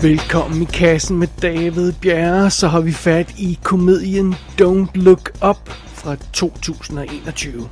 Velkommen i kassen med David Bjerre, så har vi fat i komedien Don't Look Up fra 2021.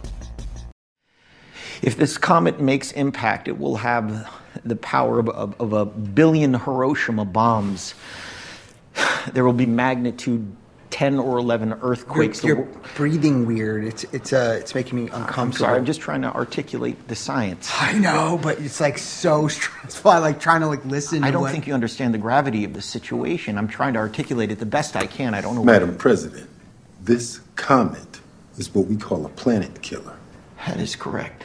If this comet makes impact, it will have the power of a billion Hiroshima bombs. There will be magnitude 10 or 11 earthquakes. You're breathing weird. It's making me uncomfortable. I'm sorry. I'm just trying to articulate the science. I know, but it's like so stressful. I like trying to listen. I don't think you understand the gravity of the situation. I'm trying to articulate it the best I can. I don't know. Madam President, this comet is what we call a planet killer. That is correct.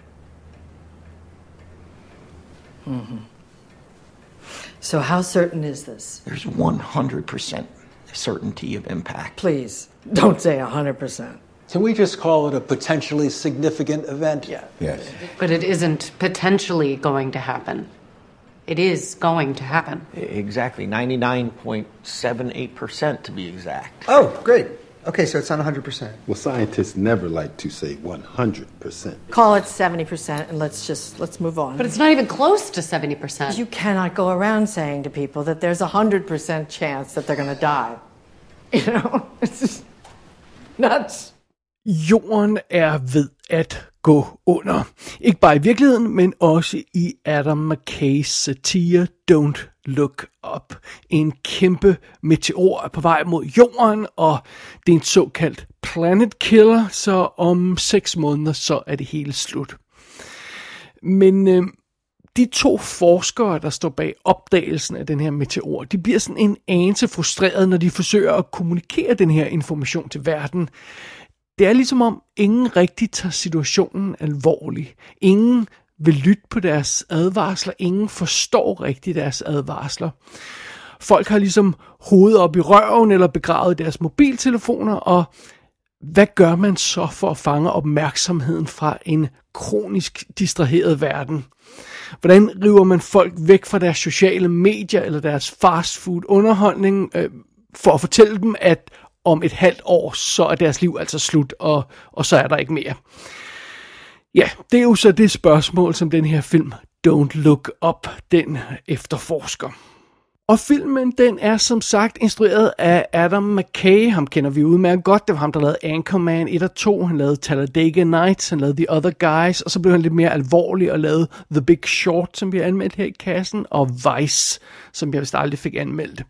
Mm-hmm. So how certain is this? There's 100% certainty of impact. Please, don't say 100%. Can we just call it a potentially significant event? Yeah. Yes. But it isn't potentially going to happen. It is going to happen. Exactly. 99.78% to be exact. Oh, great. Okay, so it's not 100%. Well, scientists never like to say 100%. Call it 70% and let's move on. But it's not even close to 70%. You cannot go around saying to people that there's a 100% chance that they're going to die. You know, it's just nuts. Jorden er ved at gå under. Ikke bare i virkeligheden, men også i Adam McKays satire Don't Look Up. En kæmpe meteor er på vej mod jorden, og det er en såkaldt planet killer, så om 6 måneder så er det hele slut. Men de 2 forskere, der står bag opdagelsen af den her meteor, de bliver sådan en anelse frustreret, når de forsøger at kommunikere den her information til verden. Det er ligesom om, ingen rigtig tager situationen alvorligt. Ingen vil lytte på deres advarsler. Ingen forstår rigtig deres advarsler. Folk har ligesom hovedet op i røven eller begravet deres mobiltelefoner, og hvad gør man så for at fange opmærksomheden fra en kronisk distraheret verden? Hvordan river man folk væk fra deres sociale medier eller deres fastfood underholdning for at fortælle dem, at om et halvt år, så er deres liv altså slut, og så er der ikke mere. Ja, det er jo så det spørgsmål, som den her film Don't Look Up, den efterforsker. Og filmen, den er som sagt instrueret af Adam McKay. Ham kender vi udmærket godt. Det var ham, der lavede Anchorman 1 og 2. Han lavede Talladega Nights. Han lavede The Other Guys. Og så blev han lidt mere alvorlig og lavede The Big Short, som vi har anmeldt her i kassen. Og Vice, som jeg vist aldrig fik anmeldt.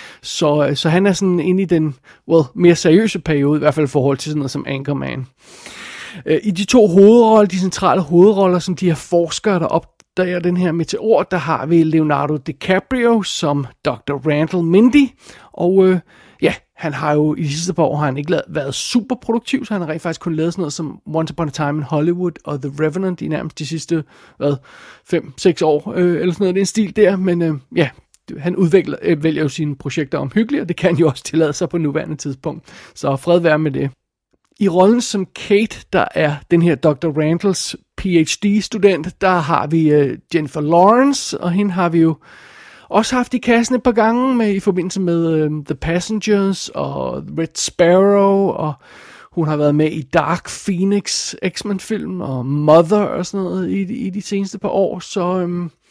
Så han er sådan inde i den mere seriøse periode, i hvert fald i forhold til sådan noget som Anchorman. I de 2 hovedroller, de centrale hovedroller, som de her forskere, der opdager den her meteor, der har vi Leonardo DiCaprio som Dr. Randall Mindy. Og han har jo i de sidste par år har han ikke været super produktiv, så han har rent faktisk kun lavet sådan noget som Once Upon a Time in Hollywood og The Revenant i nærmest de sidste 5-6 år, eller sådan noget, det er en stil der, men han vælger jo sine projekter omhyggeligt, og det kan han jo også tillade sig på nuværende tidspunkt. Så fred være med det. I rollen som Kate, der er den her Dr. Randalls PhD-student, der har vi Jennifer Lawrence, og hende har vi jo også haft i kassen et par gange i forbindelse med The Passengers og Red Sparrow, og hun har været med i Dark Phoenix X-Men-film og Mother og sådan noget i de seneste par år, så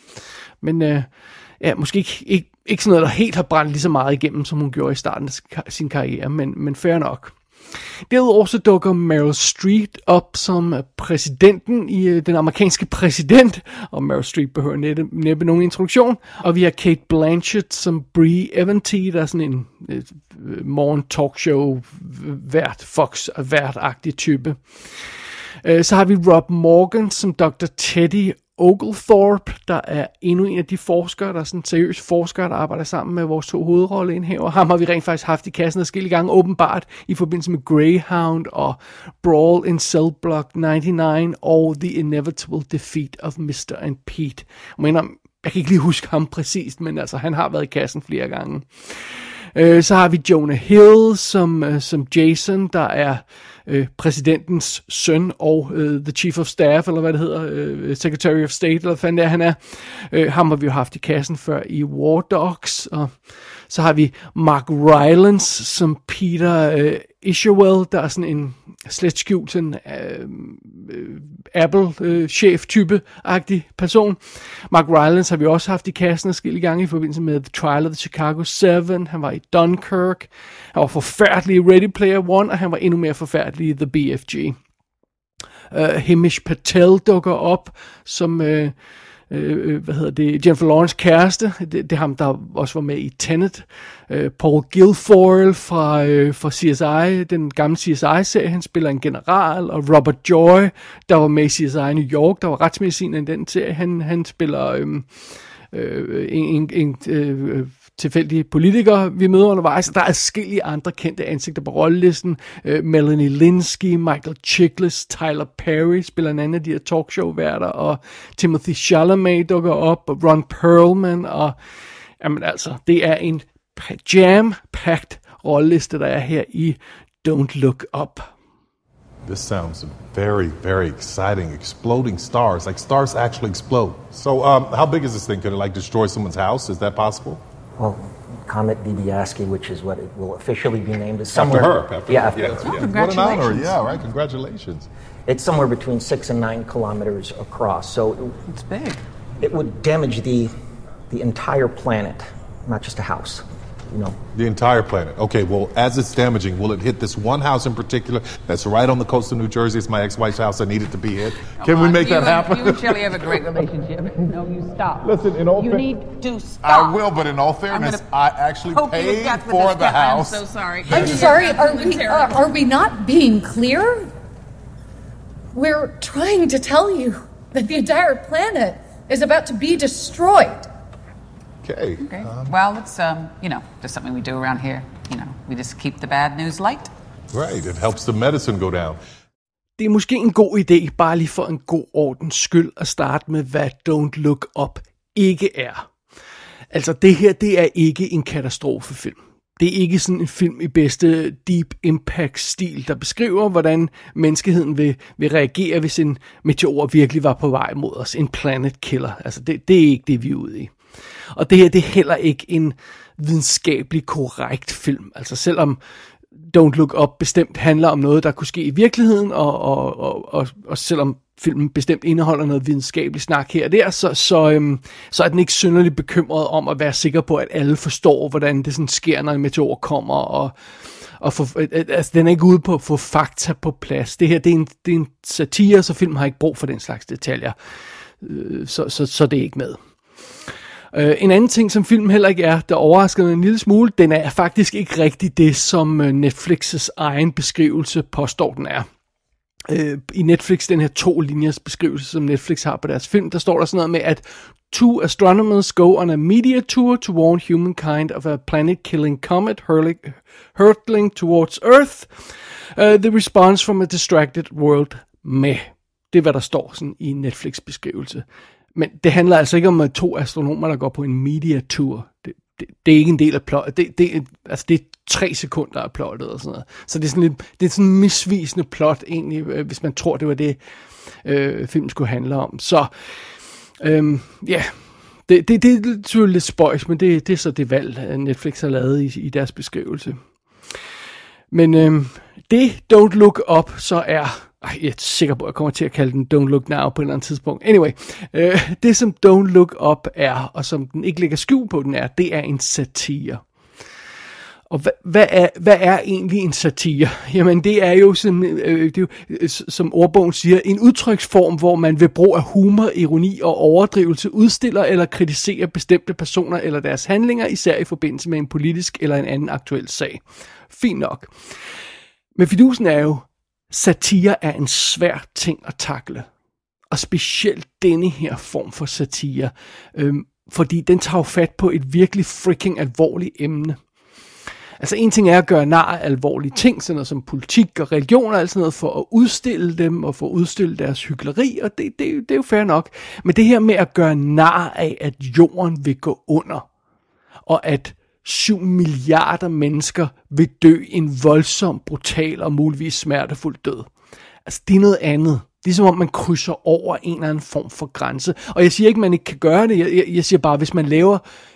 måske ikke sådan noget, der helt har brændt lige så meget igennem, som hun gjorde i starten af sin karriere, men fair nok. Derudover så dukker Meryl Streep op som præsidenten i den amerikanske præsident, og Meryl Streep behøver næppe nogen introduktion. Og vi har Cate Blanchett som Bree Eventy, der er sådan en morgen talkshow vært, Fox-vært-agtig type. Så har vi Rob Morgan som Dr. Teddy Oglethorpe, der er endnu en af de forskere, der er sådan seriøse forskere, der arbejder sammen med vores 2 hovedrolleindhæver. Ham har vi rent faktisk haft i kassen adskillige gange, åbenbart i forbindelse med Greyhound og Brawl in Cell Block 99 og The Inevitable Defeat of Mr. and Pete. Jeg kan ikke lige huske ham præcist, men altså, han har været i kassen flere gange. Så har vi Jonah Hill som Jason, der er præsidentens søn og the chief of staff, eller hvad det hedder, secretary of state, eller hvad fanden det er, han er. Ham har vi jo haft i kassen før i War Dogs, og Så har vi Mark Rylance som Peter Isherwell, der er sådan en slet skjult sådan Apple-chef-type-agtig person. Mark Rylance har vi også haft i kassen forskellige gange i forbindelse med The Trial of the Chicago 7. Han var i Dunkirk. Han var forfærdelig i Ready Player One, og han var endnu mere forfærdelig i The BFG. Hamish Patel dukker op som Jennifer Lawrence kæreste. Det er ham, der også var med i Tenet. Paul Guilfoyle fra CSI, den gamle CSI-serie, han spiller en general. Og Robert Joy, der var med i CSI New York, der var retsmediciner i den serie. Han spiller en tilfældige politikere, vi møder undervejs. Der er adskillige andre kendte ansigter på rollelisten. Melanie Linsky, Michael Chiklis, Tyler Perry spiller en anden af de her talkshow-værter, og Timothy Chalamet dukker op, og Ron Perlman, og jamen altså, det er en jam-packed rolleliste, der er her i Don't Look Up. This sounds very, very exciting. Exploding stars, like stars actually explode. So, how big is this thing? Could it like destroy someone's house? Is that possible? Well, Comet Bibiaski, which is what it will officially be named, is somewhere... After her? After her. Oh, what an honor. Yeah, right. Congratulations. It's somewhere between 6 and 9 kilometers across, so... It's big. It would damage the entire planet, not just a house. You know. The entire planet. Okay, well, as it's damaging, will it hit this one house in particular that's right on the coast of New Jersey? It's my ex-wife's house. I need it to be hit. Can we make that happen? You and Shelley have a great relationship. No, you stop. Listen, in all you need to stop. I will, but in all fairness, I actually paid for the house. I'm so sorry. I'm sorry. Are we not being clear? We're trying to tell you that the entire planet is about to be destroyed. Okay. Well, it's just something we do around here. We just keep the bad news light. Right. It helps the medicine go down. Det er måske en god idé, bare lige for en god ordens skyld, at starte med, hvad Don't Look Up ikke er. Altså, det her, det er ikke en katastrofefilm. Det er ikke sådan en film i bedste Deep Impact-stil, der beskriver, hvordan menneskeheden vil reagere, hvis en meteor virkelig var på vej mod os. En planet killer. Altså, det er ikke det, vi er ude i. Og det her, det er heller ikke en videnskabelig korrekt film. Altså selvom Don't Look Up bestemt handler om noget, der kunne ske i virkeligheden, og selvom filmen bestemt indeholder noget videnskabeligt snak her og der, så er den ikke synderligt bekymret om at være sikker på, at alle forstår, hvordan det sådan sker, når en meteor kommer, og altså, den er ikke ude på at få fakta på plads. Det her, det er en satire, så filmen har ikke brug for den slags detaljer. Så det er ikke med. En anden ting, som filmen heller ikke er, der overrasker mig en lille smule, den er faktisk ikke rigtig det, som Netflix' egen beskrivelse påstår, den er. I Netflix, den her 2 linjers beskrivelse, som Netflix har på deres film, der står der sådan noget med, at 2 astronomers go on a meteor tour to warn humankind of a planet-killing comet hurtling towards Earth. The response from a distracted world meh. Det er, hvad der står sådan i Netflix-beskrivelse. Men det handler altså ikke om 2 astronomer, der går på en media tour. Det er ikke en del af plottet. Det er 3 sekunder af plottet og sådan noget. Så det er sådan en misvisende plot egentlig, hvis man tror, det var det, filmen skulle handle om. Så ja, det er selvfølgelig lidt spøjs, men det er så det valg, Netflix har lavet i deres beskrivelse. Men det Don't Look Up så er... Jeg er sikker på, at jeg kommer til at kalde den Don't Look Now på et eller andet tidspunkt. Anyway, det som Don't Look Up er, og som den ikke lægger skjul på, den er, det er en satire. Og hvad er egentlig en satire? Jamen det er jo, som ordbogen siger, en udtryksform, hvor man ved brug af humor, ironi og overdrivelse udstiller eller kritiserer bestemte personer eller deres handlinger, især i forbindelse med en politisk eller en anden aktuel sag. Fint nok. Men fidusen er jo, satire er en svær ting at takle. Og specielt denne her form for satire. Fordi den tager fat på et virkelig freaking alvorligt emne. Altså en ting er at gøre nar af alvorlige ting, sådan noget som politik og religion og alt sådan noget, for at udstille dem og for at udstille deres hykleri, og det er jo fair nok. Men det her med at gøre nar af, at jorden vil gå under, og at 7 milliarder mennesker vil dø en voldsom, brutal og muligvis smertefuld død. Altså det er noget andet. Det er som om man krydser over en eller anden form for grænse. Og jeg siger ikke, at man ikke kan gøre det. Jeg siger bare, hvis man laver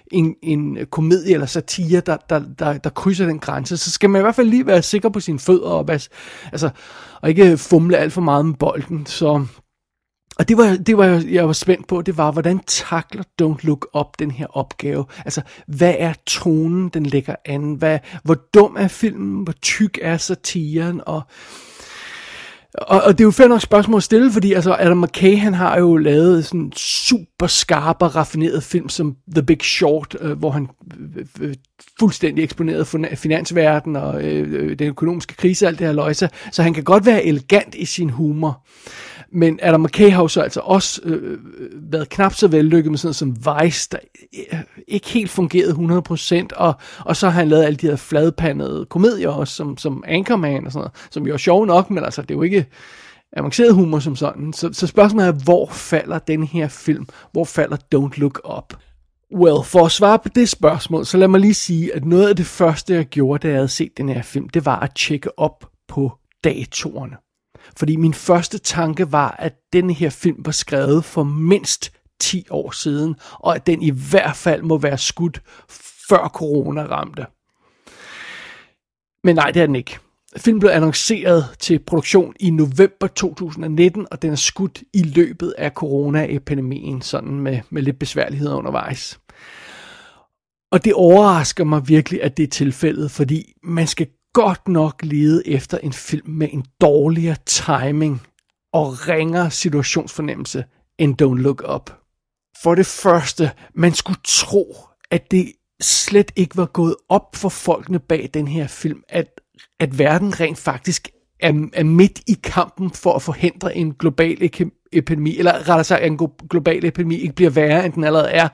en komedie eller satire, der krydser den grænse, så skal man i hvert fald lige være sikker på sine fødder, og ikke fumle alt for meget med bolden. Og det var jeg var spændt på, det var, hvordan takler Don't Look Up den her opgave? Altså, hvad er tonen, den lægger an? Hvor dum er filmen? Hvor tyk er satiren? Og det er jo fair nok spørgsmål at stille, fordi altså Adam McKay, han har jo lavet sådan super skarp og raffineret film som The Big Short, hvor han fuldstændig eksponeret for finansverdenen og den økonomiske krise og alt det her løjse, så han kan godt være elegant i sin humor. Men Adam McKay har jo så altså også været knap så vellykket med sådan som Vice, der ikke helt fungerede 100%, og så har han lavet alle de her fladpandede komedier også, som Anchorman og sådan noget, som jo er sjove nok, men altså det er jo ikke avanceret humor som sådan. Så spørgsmålet er, hvor falder den her film? Hvor falder Don't Look Up? Well, for at svare på det spørgsmål, så lad mig lige sige, at noget af det første, jeg gjorde, da jeg havde set den her film, det var at tjekke op på datoerne. Fordi min første tanke var, at denne her film var skrevet for mindst 10 år siden, og at den i hvert fald må være skudt før corona ramte. Men nej, det er den ikke. Filmen blev annonceret til produktion i november 2019, og den er skudt i løbet af coronaepidemien, sådan med lidt besværligheder undervejs. Og det overrasker mig virkelig, at det er tilfældet, fordi man skal godt nok lede efter en film med en dårligere timing og ringere situationsfornemmelse end Don't Look Up. For det første, man skulle tro, at det slet ikke var gået op for folkene bag den her film, at verden rent faktisk er midt i kampen for at forhindre en global epidemi, eller rettere sagt, at en global epidemi ikke bliver værre, end den allerede er.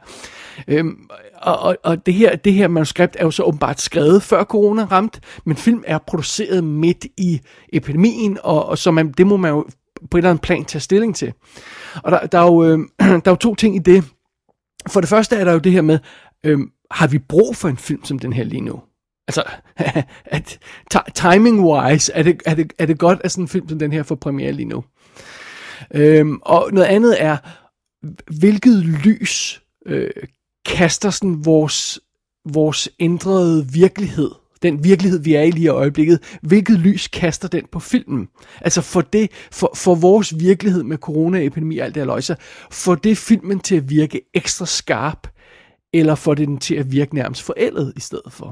Og det her manuskript er jo så åbenbart skrevet før corona ramte, men film er produceret midt i epidemien, og så det må man jo på et eller andet plan tage stilling til. Og der er jo to ting i det. For det første er der jo det her med, har vi brug for en film som den her lige nu? Altså, timing-wise, er det godt, at sådan en film som den her får premiere lige nu? Og noget andet er, hvilket lys kaster sådan vores ændrede virkelighed, den virkelighed, vi er i lige i øjeblikket, hvilket lys kaster den på filmen? Altså for vores virkelighed med coronaepidemi og alt det her løjse, får det filmen til at virke ekstra skarp, eller får det den til at virke nærmest forældet i stedet for?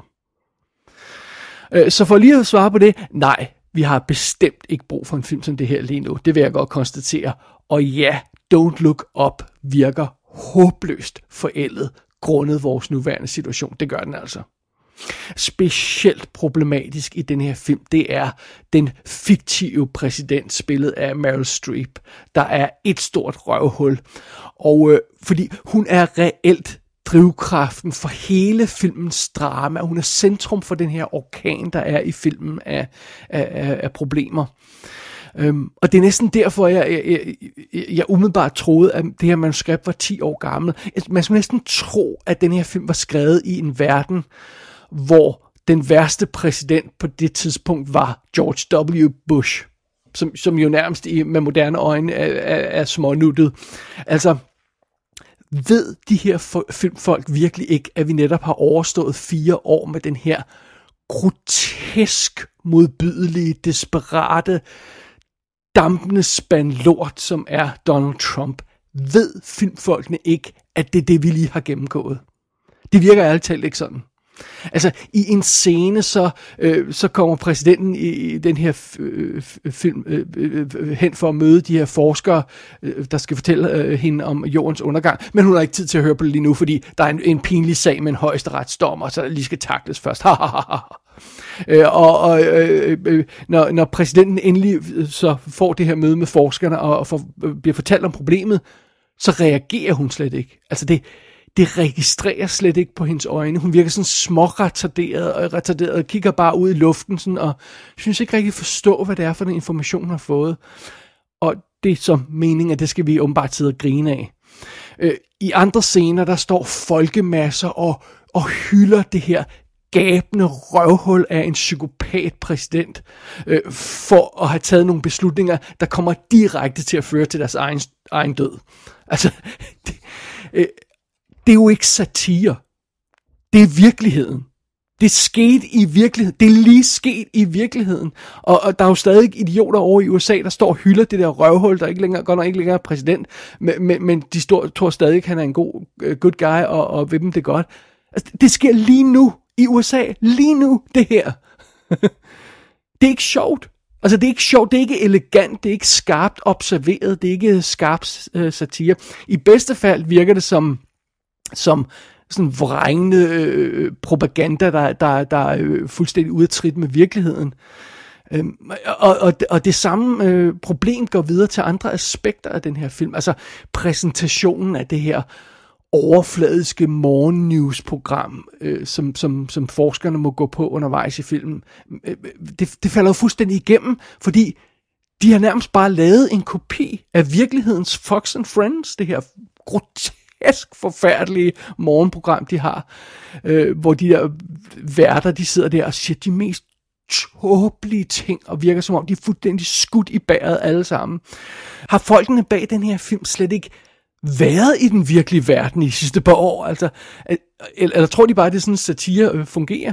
Så for lige at svare på det, nej, vi har bestemt ikke brug for en film som det her lige nu. Det vil jeg godt konstatere. Og ja, Don't Look Up virker håbløst forældet grundet vores nuværende situation. Det gør den altså. Specielt problematisk i den her film, det er den fiktive præsident, spillet af Meryl Streep, der er et stort røvhul. Og fordi hun er reelt drivkraften for hele filmens drama. Hun er centrum for den her orkan, der er i filmen af problemer. Og det er næsten derfor, jeg umiddelbart troede, at det her manuskript var 10 år gammel. Man skulle næsten tro, at den her film var skrevet i en verden, hvor den værste præsident på det tidspunkt var George W. Bush, som jo nærmest med moderne øjne er smånuttet. Altså, ved de her filmfolk virkelig ikke, at vi netop har overstået 4 år med den her grotesk, modbydelige, desperate, dampende spand lort, som er Donald Trump? Ved filmfolkene ikke, at det er det, vi lige har gennemgået? Det virker ærligt talt ikke sådan. Altså, i en scene, så kommer præsidenten i den her film hen for at møde de her forskere, der skal fortælle hende om jordens undergang, men hun har ikke tid til at høre på det lige nu, fordi der er en pinlig sag med en højesteretsdommer, så der lige skal takles først. Når præsidenten endelig så får det her møde med forskerne og bliver fortalt om problemet, så reagerer hun slet ikke. Altså det registrerer slet ikke på hendes øjne. Hun virker sådan småretarderet og kigger bare ud i luften sådan, og synes ikke rigtig forstå, hvad det er for den information, hun har fået. Og det er så meningen, at det skal vi åbenbart sidde og grine af. I andre scener, der står folkemasser og hylder det her gabende røvhul af en psykopat præsident for at have taget nogle beslutninger, der kommer direkte til at føre til deres egen død. Altså, det er jo ikke satire. Det er virkeligheden. Det skete i virkeligheden. Det er lige sket i virkeligheden. Og der er jo stadig idioter over i USA, der står og hylder det der røvhul, der godt nok ikke længere er præsident, men de tror stadig, at han er en good guy, og ved dem det godt. Altså, det sker lige nu i USA. Lige nu, det her. Det er ikke sjovt. Altså, det er ikke sjovt, det er ikke elegant, det er ikke skarpt observeret, det er ikke skarp satire. I bedste fald virker det som sådan vrængende propaganda, der er fuldstændig ude af trit med virkeligheden. Og det samme problem går videre til andre aspekter af den her film. Altså præsentationen af det her overfladiske morgennewsprogram, som forskerne må gå på undervejs i filmen. Det falder jo fuldstændig igennem, fordi de har nærmest bare lavet en kopi af virkelighedens Fox and Friends, det her grotesk forfærdelige morgenprogram, de har, hvor de der værter, de sidder der og siger de mest tåbelige ting, og virker som om, de er fuldstændig skudt i bæret alle sammen. Har folkene bag den her film slet ikke været i den virkelige verden i de sidste par år? Altså, eller tror de bare, at det er sådan, satire fungerer?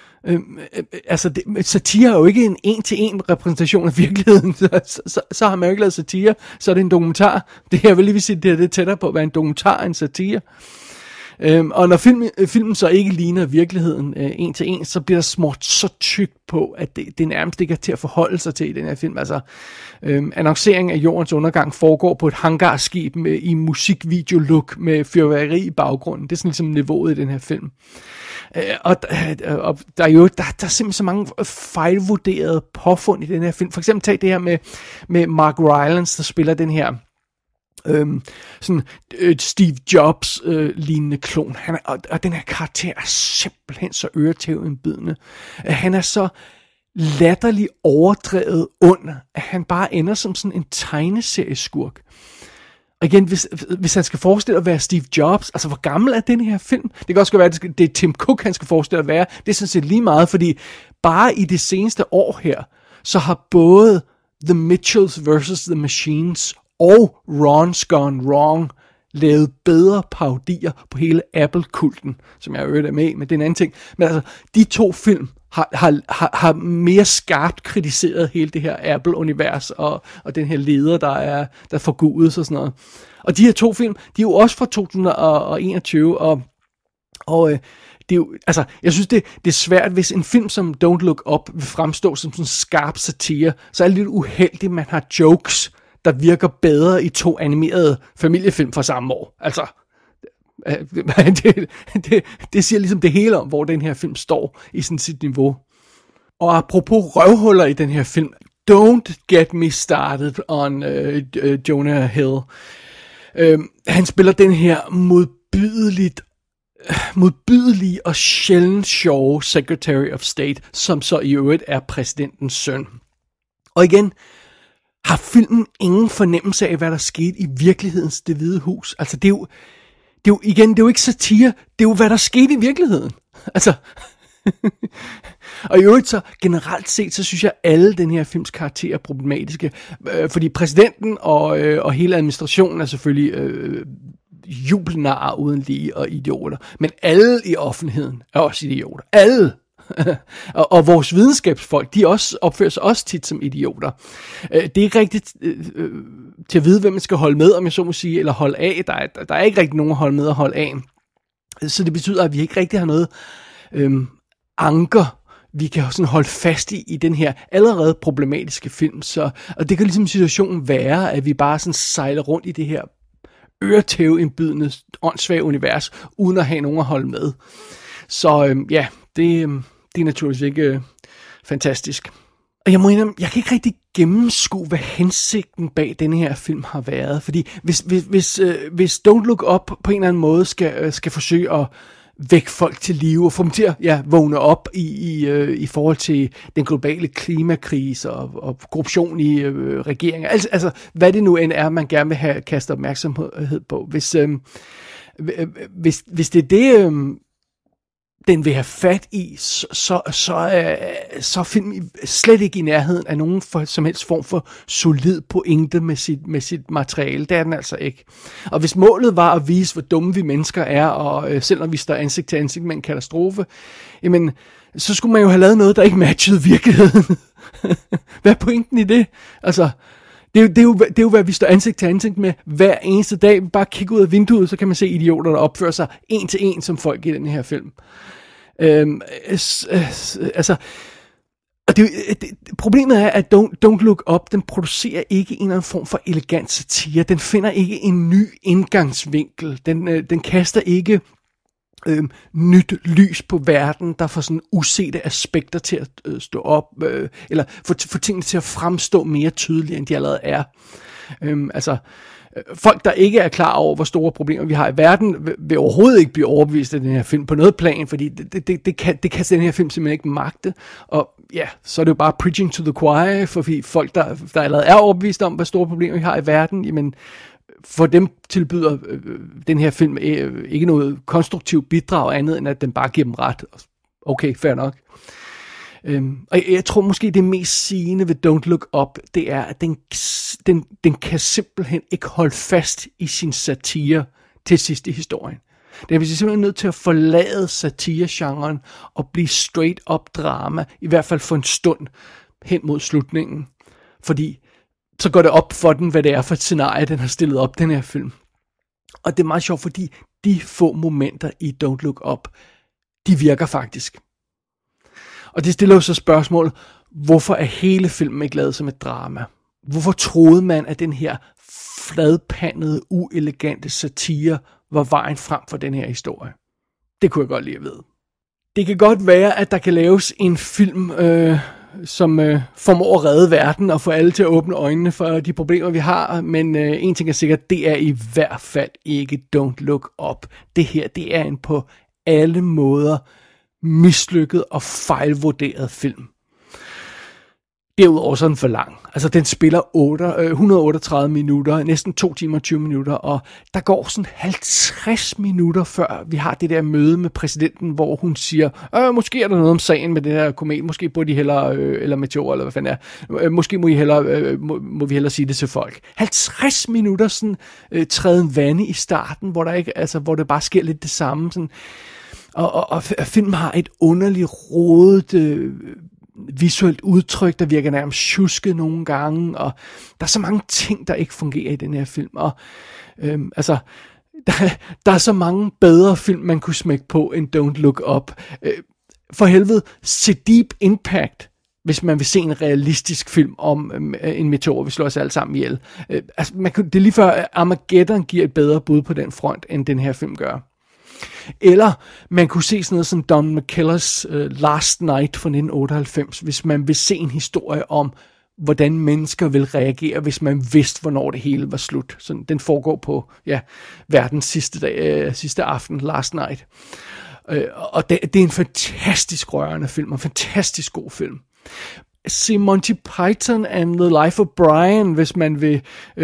Satire er jo ikke en en-til-en repræsentation af virkeligheden, så har man jo ikke lavet satire, så er det en dokumentar. Det her vil lige sige, det er tættere på at være en dokumentar end satire. Og når filmen så ikke ligner virkeligheden en til en, så bliver der smurt så tykt på, at det nærmest ikke er til at forholde sig til i den her film. Altså, annonceringen af jordens undergang foregår på et hangarskib i musikvideo-look med fyrværkeri i baggrunden. Det er sådan ligesom niveauet i den her film. Og der er simpelthen så mange fejlvurderede påfund i den her film. For eksempel tag det her med Mark Rylance, der spiller den her sådan Steve Jobs lignende klon. Og den her karakter er simpelthen så øretævindbydende. Han er så latterligt overdrevet ond, at han bare ender som sådan en tegneserieskurk. Og igen, hvis han skal forestille at være Steve Jobs, altså hvor gammel er den her film? Det kan også være, at det er Tim Cook, han skal forestille at være. Det er sådan set lige meget, fordi bare i det seneste år her, så har både The Mitchells vs. The Machines og Ron's Gone Wrong lavet bedre parodier på hele Apple-kulten, som jeg jo er med i, men det er en anden ting. Men altså, de to film har mere skarpt kritiseret hele det her Apple-univers, og den her leder, der forgudes og sådan noget. Og de her to film, de er jo også fra 2021, og det er jo, altså, jeg synes, det er svært, hvis en film som Don't Look Up vil fremstå som sådan skarp satire, så er det lidt uheldigt, man har jokes, der virker bedre i to animerede familiefilm fra samme år. Altså, det siger ligesom det hele om, hvor den her film står i sådan sit niveau. Og apropos røvhuller i den her film, don't get me started on Jonah Hill. Han spiller den her modbydelige og sjældent sjove Secretary of State, som så i øvrigt er præsidentens søn. Og igen, har filmen ingen fornemmelse af, hvad der skete i virkelighedens Det Hvide Hus. Altså, det er jo ikke satire, det er jo, hvad der skete i virkeligheden. Altså, og i øvrigt så, generelt set, så synes jeg, alle den her films karakterer er problematiske. Fordi præsidenten og hele administrationen er selvfølgelig jubelnarer uden lige og idioter. Men alle i offentligheden er også idioter. Alle! og vores videnskabsfolk, de også opfører sig også tit som idioter. Det er ikke rigtigt til at vide, hvem man skal holde med, om jeg så må sige, eller holde af. Der er ikke rigtig nogen at holde med og holde af. Så det betyder, at vi ikke rigtig har noget anker, vi kan sådan holde fast i den her allerede problematiske film. Og det kan ligesom situationen være, at vi bare sådan sejler rundt i det her øretæveindbydende, åndssvage univers, uden at have nogen at holde med. Så ja, det er naturligvis ikke fantastisk. Og jeg må indrømme, jeg kan ikke rigtig gennemskue, hvad hensigten bag denne her film har været. Fordi hvis Don't Look Up på en eller anden måde skal forsøge at vække folk til live og få dem til at vågne op i forhold til den globale klimakrise og korruption i regeringer. Altså, hvad det nu end er, man gerne vil have kastet opmærksomhed på. Hvis det er det, den vil have fat i, så er filmen slet ikke i nærheden af nogen som helst form for solid pointe med sit materiale. Det er den altså ikke. Og hvis målet var at vise, hvor dumme vi mennesker er, og selvom vi står ansigt til ansigt med en katastrofe, jamen, så skulle man jo have lavet noget, der ikke matchede virkeligheden. Hvad er pointen i det? Altså, det er jo, hvad vi står ansigt til ansigt med hver eneste dag. Vi bare kigger ud af vinduet, så kan man se idioter, der opfører sig en til en som folk i den her film. Altså, og problemet er, at Don't Look Up, den producerer ikke en eller anden form for elegant satire. Den finder ikke en ny indgangsvinkel. Den kaster ikke nyt lys på verden, der får sådan usete aspekter til at stå op, eller får tingene til at fremstå mere tydeligt, end de allerede er. Altså, folk, der ikke er klar over, hvor store problemer vi har i verden, vil overhovedet ikke blive overbevist af den her film på noget plan, fordi det kan den her film simpelthen ikke magte. Og ja, så er det jo bare preaching to the choir, fordi folk, der allerede er overbevist om, hvor store problemer vi har i verden, jamen, for dem tilbyder den her film ikke noget konstruktivt bidrag andet, end at den bare giver dem ret. Okay, fair nok. Og jeg tror måske det mest sigende ved Don't Look Up, det er, at den kan simpelthen ikke holde fast i sin satire til sidst i historien. Det er simpelthen nødt til at forlade satiregenren og blive straight up drama, i hvert fald for en stund hen mod slutningen. Fordi så går det op for den, hvad det er for et scenarie, den har stillet op, den her film. Og det er meget sjovt, fordi de få momenter i Don't Look Up, de virker faktisk. Og det stiller jo så spørgsmålet, hvorfor er hele filmen ikke lavet som et drama? Hvorfor troede man, at den her fladpandede, uelegante satire var vejen frem for den her historie? Det kunne jeg godt lide at vide. Det kan godt være, at der kan laves en film, som formår at redde verden og få alle til at åbne øjnene for de problemer, vi har. Men en ting er sikkert, det er i hvert fald ikke Don't Look Up. Det her, det er en på alle måder mislykket og fejlvurderet film. Derudover så er den for lang. Altså, den spiller 138 minutter, næsten 2 timer og 20 minutter, og der går sådan 50 minutter, før vi har det der møde med præsidenten, hvor hun siger, måske er der noget om sagen med den her komet, måske burde de hellere, eller meteor, eller hvad fanden er, måske må vi hellere sige det til folk. 50 minutter sådan træden vande i starten, hvor der ikke, altså, hvor det bare sker lidt det samme, sådan. Og filmen har et underligt rodet visuelt udtryk, der virker nærmest tjusket nogle gange, og der er så mange ting, der ikke fungerer i den her film, og altså, der er så mange bedre film, man kunne smække på end Don't Look Up. For helvede, se Deep Impact, hvis man vil se en realistisk film om en meteor, vi slår os alle sammen ihjel. Altså, det er lige før Armageddon giver et bedre bud på den front, end den her film gør. Eller man kunne se sådan noget som Don McKellars Last Night fra 1998, hvis man vil se en historie om, hvordan mennesker vil reagere, hvis man vidste, hvornår det hele var slut. Så den foregår på verdens sidste aften, Last Night. Og det er en fantastisk rørende film, og en fantastisk god film. Se Monty Python and the Life of Brian, hvis man vil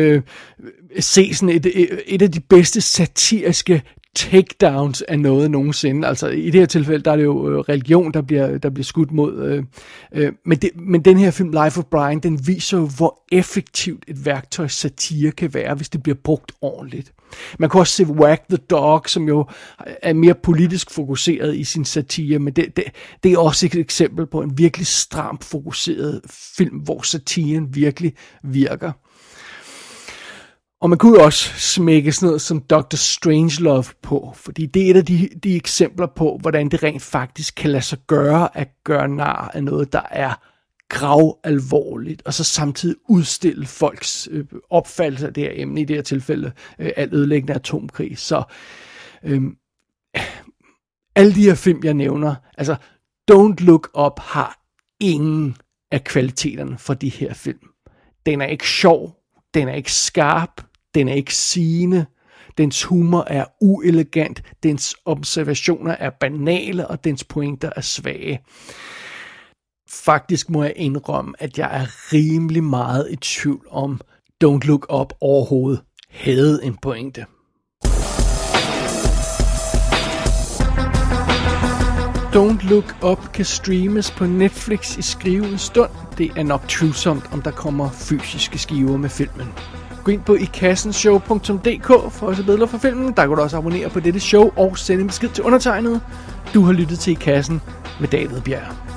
se sådan et af de bedste satiriske takedowns af noget nogensinde. Altså i det her tilfælde, der er det jo religion, der bliver skudt mod. Men den her film, Life of Brian, den viser jo, hvor effektivt et værktøj satire kan være, hvis det bliver brugt ordentligt. Man kan også se Wag the Dog, som jo er mere politisk fokuseret i sin satire, men det er også et eksempel på en virkelig stramt fokuseret film, hvor satiren virkelig virker. Og man kunne jo også smække sådan noget som Dr. Strangelove på, fordi det er et af de eksempler på, hvordan det rent faktisk kan lade sig gøre at gøre nar af noget, der er gravalvorligt, og så samtidig udstille folks opfattelse af det her emne, i det her tilfælde alt ødelæggende atomkrig. Så alle de her film, jeg nævner, altså Don't Look Up har ingen af kvaliteterne for de her film. Den er ikke sjov, den er ikke skarp, den er ikke sigende, dens humor er uelegant, dens observationer er banale, og dens pointer er svage. Faktisk må jeg indrømme, at jeg er rimelig meget i tvivl om Don't Look Up overhovedet havde en pointe. Don't Look Up kan streames på Netflix i skrivende stund. Det er nok tvivlsomt, om der kommer fysiske skiver med filmen. Gå ind på ikassenshow.dk for at se billeder fra filmen. Der kan du også abonnere på dette show og sende en besked til undertegnet. Du har lyttet til I Kassen med David Bjerg.